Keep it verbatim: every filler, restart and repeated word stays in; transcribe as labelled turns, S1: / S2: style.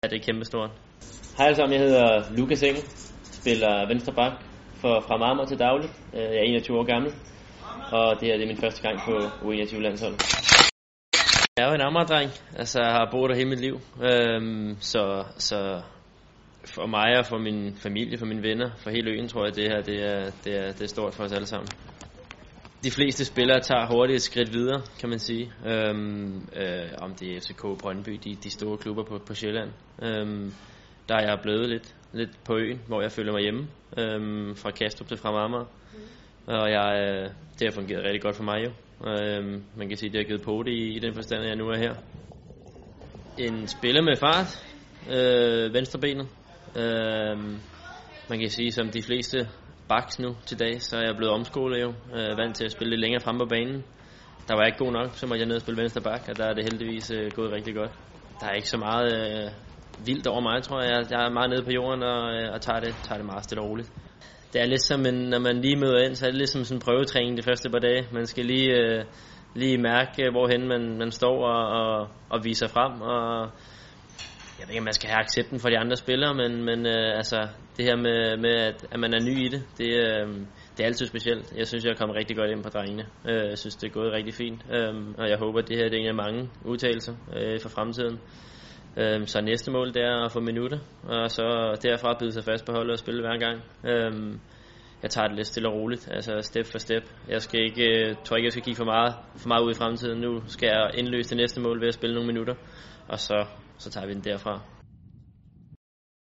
S1: Ja, det er kæmpestort. Hej alle sammen, jeg hedder Lukas Engel, spiller venstre bak for fra Marmor til daglig. Jeg er enogtyve år gammel, og det her det er min første gang på U enogtyve-landsholdet. Jeg er jo en Amager-dreng, altså jeg har boet der hele mit liv, øhm, så, så for mig og for min familie, for mine venner, for hele øen, tror jeg, det her det er, det er, det er stort for os alle sammen. De fleste spillere tager hurtigt et skridt videre, kan man sige. Øhm, øh, om det er F C K, Brøndby, de, de store klubber på, på Sjælland. Øhm, der er jeg blevet lidt, lidt på øen, hvor jeg føler mig hjemme. Øhm, fra Kastrup til fra Amager. Mm. Og jeg, øh, det har fungeret rigtig godt for mig jo. Øhm, man kan sige, at det har givet på det i, i den forstand, at jeg nu er her. En spiller med fart. Øh, venstrebenet. Øh, man kan sige, som de fleste backs nu til dag, så er jeg blevet omskolet jo, øh, vant til at spille lidt længere frem på banen. Der var ikke god nok, så måtte jeg ned og spille venstre back, og der er det heldigvis øh, gået rigtig godt. Der er ikke så meget øh, vildt over mig, tror jeg. Jeg er meget nede på jorden og, øh, og tager, det, tager det meget stille og roligt. Det er lidt som, en, når man lige møder ind, så er det lidt som sådan en prøvetræning de første par dage. Man skal lige, øh, lige mærke, hvorhen man, man står og, og, og viser frem, og jeg ved ikke, om man skal have accepten for de andre spillere, men, men øh, altså, det her med, med at, at man er ny i det, det, øh, det er altid specielt. Jeg synes, jeg er kommet rigtig godt ind på drengene. Øh, jeg synes, det er gået rigtig fint, øh, og jeg håber, at det her det er en af mange udtalelser øh, for fremtiden. Øh, så næste mål, det er at få minutter, og så derfra bide sig fast på holdet og spille hver gang. Øh, jeg tager det lidt stille og roligt, altså step for step. Jeg skal ikke, øh, tror ikke, jeg skal kigge for meget, for meget ud i fremtiden. Nu skal jeg indløse det næste mål ved at spille nogle minutter, og så, så tager vi den derfra.